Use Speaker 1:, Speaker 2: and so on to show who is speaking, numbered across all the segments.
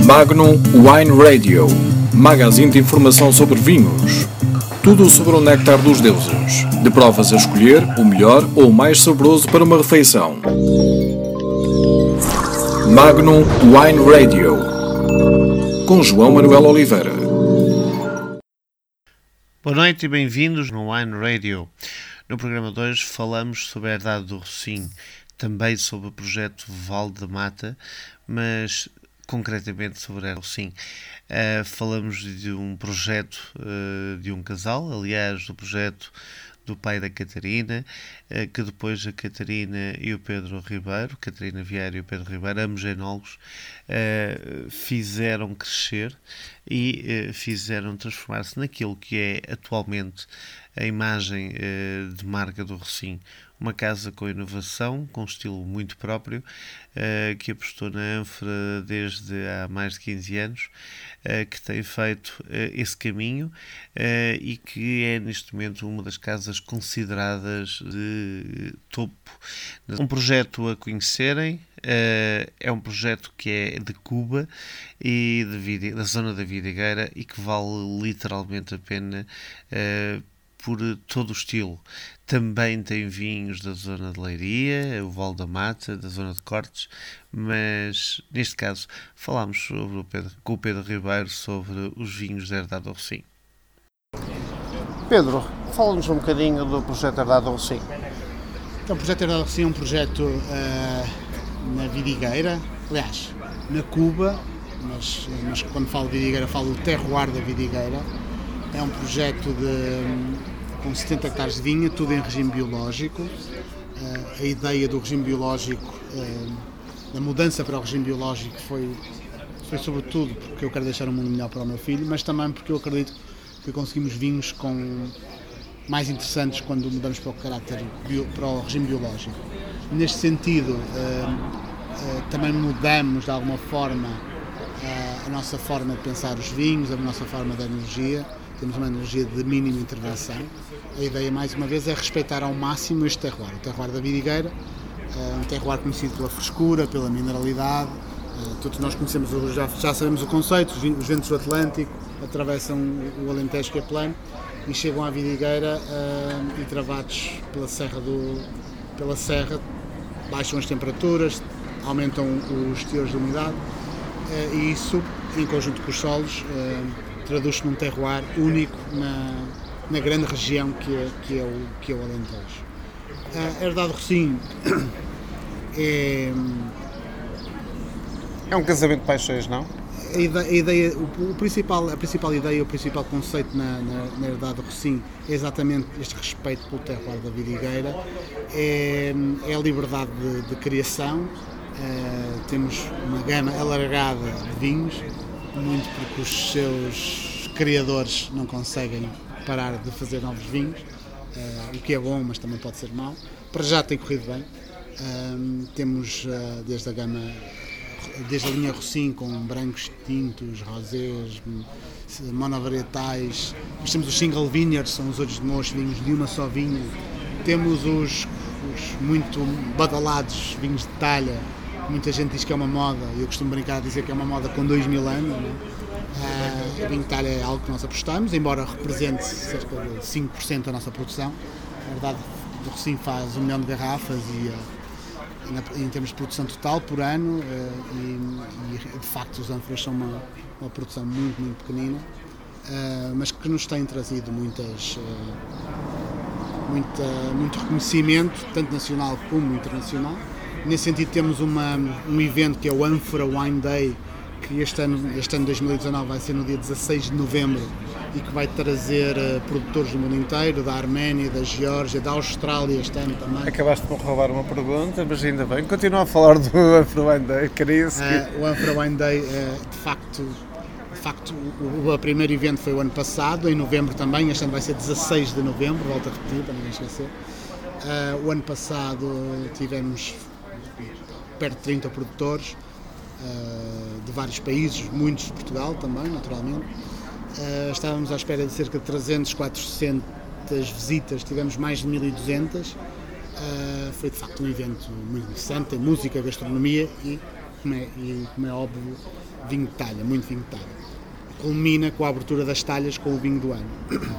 Speaker 1: Magnum Wine Radio, magazine de informação sobre vinhos. Tudo sobre o néctar dos deuses, de provas a escolher o melhor ou o mais saboroso para uma refeição. Magnum Wine Radio, com João Manuel Oliveira.
Speaker 2: Boa noite e bem-vindos no Wine Radio. No programa de hoje falamos sobre a herdade do Rossem, também sobre o projeto Val da Mata, mas concretamente sobre a Rossem. Falamos de um projeto de um casal, aliás, do projeto do pai da Catarina, que depois a Catarina e o Pedro Ribeiro, Catarina Vieira e o Pedro Ribeiro, ambos enólogos, fizeram crescer e fizeram transformar-se naquilo que é atualmente a imagem de marca do Rossem. Uma casa com inovação, com um estilo muito próprio, que apostou na ânfora desde há mais de 15 anos, que tem feito esse caminho e que é neste momento uma das casas consideradas de topo. Um projeto a conhecerem, é um projeto que é de Cuba e da zona da Vidigueira e que vale literalmente a pena por todo o estilo. Também tem vinhos da zona de Leiria, o Val da Mata, da zona de Cortes, mas neste caso falámos com o Pedro Ribeiro sobre os vinhos da herdade do Rossem.
Speaker 3: Pedro, fala-nos um bocadinho do projeto Herdade do Rossem.
Speaker 4: Então, o projeto Herdade do Rossem é um projeto na Vidigueira, aliás, na Cuba, mas quando falo de Vidigueira falo do terroir da Vidigueira. É um projeto com 70 hectares de vinha, tudo em regime biológico. A ideia do regime biológico, da mudança para o regime biológico foi sobretudo porque eu quero deixar um mundo melhor para o meu filho, mas também porque eu acredito que conseguimos vinhos mais interessantes quando mudamos para o regime biológico. Neste sentido, também mudamos de alguma forma a nossa forma de pensar os vinhos, a nossa forma de energia. Temos uma energia de mínima intervenção. A ideia, mais uma vez, é respeitar ao máximo este terroir. O terroir da Vidigueira, um terroir conhecido pela frescura, pela mineralidade. Todos nós conhecemos, já sabemos o conceito, os ventos do Atlântico atravessam o Alentejo, que é plano, e chegam à Vidigueira e travados pela serra, baixam as temperaturas, aumentam os teores de umidade, e isso, em conjunto com os solos, traduz-se num terroir único na grande região que é o Alentejo. A herdade do Rossem
Speaker 3: É um casamento de paixões, não?
Speaker 4: A principal ideia, o principal conceito na herdade do Rossem é exatamente este respeito pelo terroir da Vidigueira, é a liberdade de criação. Temos uma gama alargada de vinhos, muito porque os seus criadores não conseguem parar de fazer novos vinhos, o que é bom, mas também pode ser mau. Para já tem corrido bem. Temos desde a linha Rossem, com brancos, tintos, rosés, monovarietais. Nós temos os single vineyards, são os olhos de moço, vinhos de uma só vinha. Temos os muito badalados vinhos de talha. Muita gente diz que é uma moda, e eu costumo brincar a dizer que é uma moda com 2000 anos. O vinho de talha é algo que nós apostamos, embora represente cerca de 5% da nossa produção. Na verdade, o Rossem faz 1 milhão de garrafas em termos de produção total por ano, e de facto os ânforas são uma produção muito, muito pequenina, mas que nos tem trazido muito reconhecimento, tanto nacional como internacional. Nesse sentido, temos um evento que é o Ânfora Wine Day, que este ano 2019 vai ser no dia 16 de novembro e que vai trazer produtores do mundo inteiro, da Arménia, da Geórgia, da Austrália este ano também.
Speaker 3: Acabaste de me roubar uma pergunta, mas ainda bem. Continua a falar do Ânfora Wine Day, queria seguir.
Speaker 4: O Ânfora Wine Day, de facto, o primeiro evento foi o ano passado, em novembro também. Este ano vai ser 16 de novembro, volto a repetir para ninguém esquecer. O ano passado tivemos perto de 30 produtores de vários países, muitos de Portugal também, naturalmente. Estávamos à espera de cerca de 300, 400 visitas, tivemos mais de 1200. Foi de facto um evento muito interessante, tem música, gastronomia e como é óbvio, vinho de talha, muito vinho de talha. Culmina com a abertura das talhas com o vinho do ano.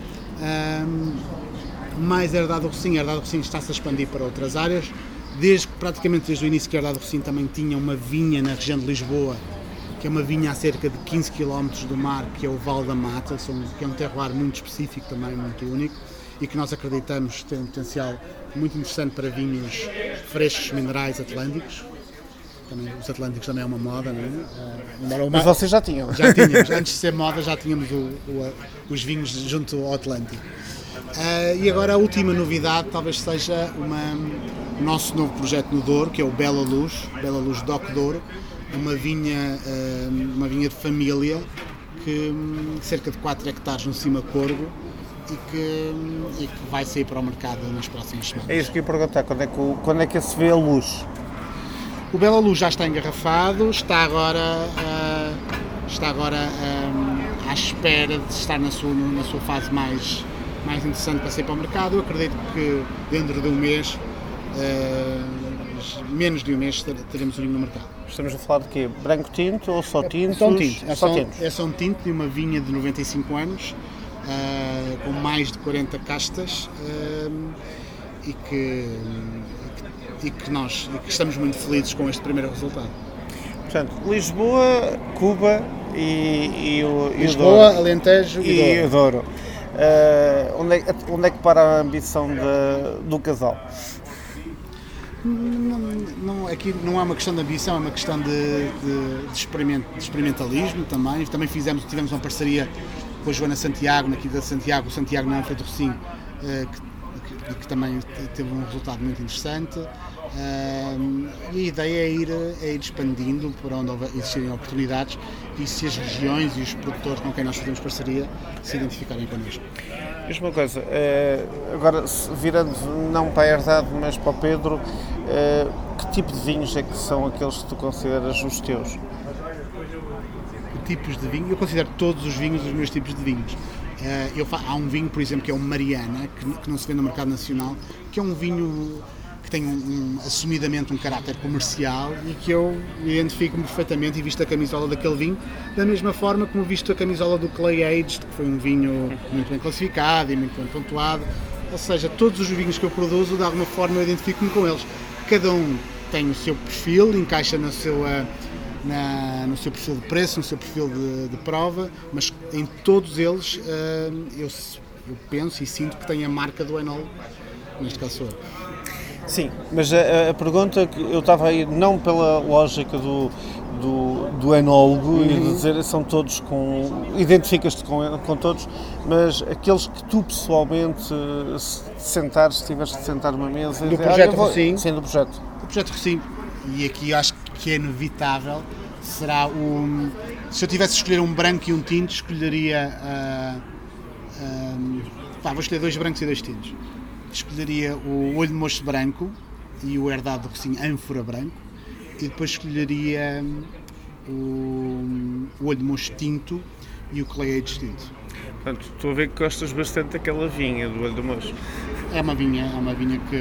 Speaker 4: Mais a Herdade do Rocinho. A Herdade do Rocinho está-se a expandir para outras áreas, praticamente desde o início que a Herdade do Rocinho também tinha uma vinha na região de Lisboa, que é uma vinha a cerca de 15 km do mar, que é o Val da Mata, que é um terroir muito específico também, muito único, e que nós acreditamos ter um potencial muito interessante para vinhos frescos, minerais, atlânticos. Também, os atlânticos também é uma moda, não é?
Speaker 3: Mas vocês já tinham?
Speaker 4: Já tínhamos, antes de ser moda já tínhamos os vinhos junto ao Atlântico. E agora a última novidade talvez seja o nosso novo projeto no Douro, que é o Bela Luz DOC Douro, uma vinha de família, cerca de 4 hectares no Cima Corgo, e que vai sair para o mercado nas próximas semanas.
Speaker 3: É isso que eu ia perguntar, quando é que se vê a luz?
Speaker 4: O Bela Luz já está engarrafado, está agora à espera de estar na sua fase mais interessante para sair para o mercado. Eu acredito que dentro de um mês, menos de um mês, teremos o vinho no mercado.
Speaker 3: Estamos a falar de quê? Branco tinto ou só tintos?
Speaker 4: É só um tinto de uma vinha de 95 anos, com mais de 40 castas, e que estamos muito felizes com este primeiro resultado.
Speaker 3: Portanto, Lisboa, Cuba e o
Speaker 4: Lisboa,
Speaker 3: Douro.
Speaker 4: Alentejo e Douro.
Speaker 3: Onde é que para a ambição do casal?
Speaker 4: Aqui não é uma questão de ambição, é uma questão de experimentalismo também. Tivemos uma parceria com a Joana Santiago, na Quinta de Santiago, o Santiago na Anfra do Rocinho, que também teve um resultado muito interessante. E a ideia é ir expandindo para onde existirem oportunidades e se as regiões e os produtores com quem nós fazemos parceria se identificarem connosco.
Speaker 3: Diz-me uma coisa, agora virando não para a Herdade, mas para o Pedro, que tipo de vinhos é que são aqueles que tu consideras os teus?
Speaker 4: Tipos de vinho? Eu considero todos os vinhos os meus tipos de vinhos. Há um vinho, por exemplo, que é o Mariana, que não se vê no mercado nacional, que é um vinho que tem assumidamente um caráter comercial e que eu identifico-me perfeitamente e visto a camisola daquele vinho, da mesma forma como visto a camisola do Clay Aged, que foi um vinho muito bem classificado e muito bem pontuado. Ou seja, todos os vinhos que eu produzo, de alguma forma eu identifico-me com eles. Cada um tem o seu perfil, encaixa no seu perfil de preço, no seu perfil de prova, mas em todos eles eu penso e sinto que tem a marca do enólogo, neste caso sou eu.
Speaker 3: Sim, mas a pergunta que eu estava aí, não pela lógica do enólogo e de dizer são todos identificas-te com todos, mas aqueles que tu pessoalmente se tiveste de sentar numa mesa
Speaker 4: do projeto Rocinho.
Speaker 3: Sim, do projeto.
Speaker 4: Do projeto Rocinho. E aqui acho que é inevitável, será se eu tivesse de escolher um branco e um tinto, escolheria vou escolher 2 brancos e 2 tintos. Escolheria o Olho de Mocho branco e o Herdade do Rocinho ânfora branco, e depois escolheria o Olho de Mocho tinto e o Clay Aged tinto.
Speaker 3: Portanto, estou a ver que gostas bastante daquela vinha do Olho de Mocho.
Speaker 4: É uma vinha que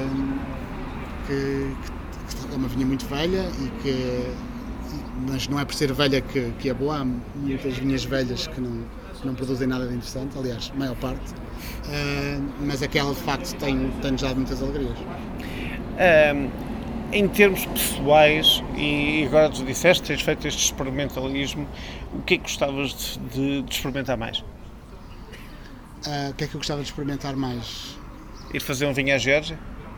Speaker 4: é uma vinha muito velha mas não é por ser velha que é boa. Há muitas vinhas velhas que não produzem nada de interessante, aliás, a maior parte, mas aquela de facto tem já muitas alegrias.
Speaker 3: Em termos pessoais, e agora tu disseste, tens feito este experimentalismo, o que é que gostavas de experimentar mais?
Speaker 4: O que é que eu gostava de experimentar mais?
Speaker 3: Ir fazer um vinho à Geórgia?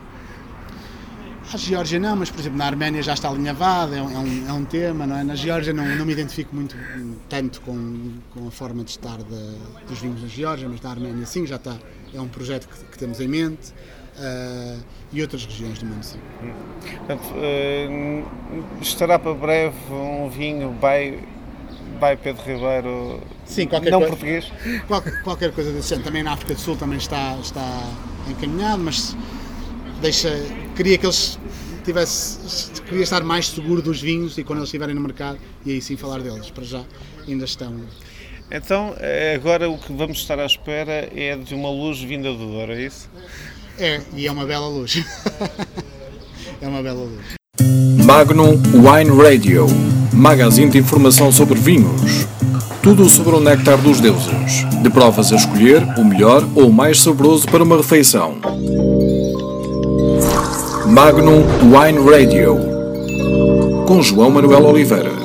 Speaker 4: A Geórgia não, mas por exemplo na Arménia já está alinhavada, é um tema, não é? Na Geórgia não me identifico tanto com a forma de estar dos vinhos na Geórgia, mas na Arménia sim, já está, é um projeto que temos em mente, e outras regiões do mundo sim.
Speaker 3: Portanto, estará para breve um vinho by Pedro Ribeiro,
Speaker 4: sim,
Speaker 3: português?
Speaker 4: Qualquer coisa desse género. Também na África do Sul também está encaminhado, mas queria que eles queria estar mais seguro dos vinhos e quando eles estiverem no mercado, e aí sim falar deles. Para já ainda estão.
Speaker 3: Então, agora o que vamos estar à espera é de uma luz vinda do Douro, é isso?
Speaker 4: E é uma bela luz. É uma bela luz.
Speaker 1: Magnum Wine Radio, magazine de informação sobre vinhos. Tudo sobre o néctar dos deuses, de provas a escolher o melhor ou o mais saboroso para uma refeição. Magnum Wine Radio, com João Manuel Oliveira.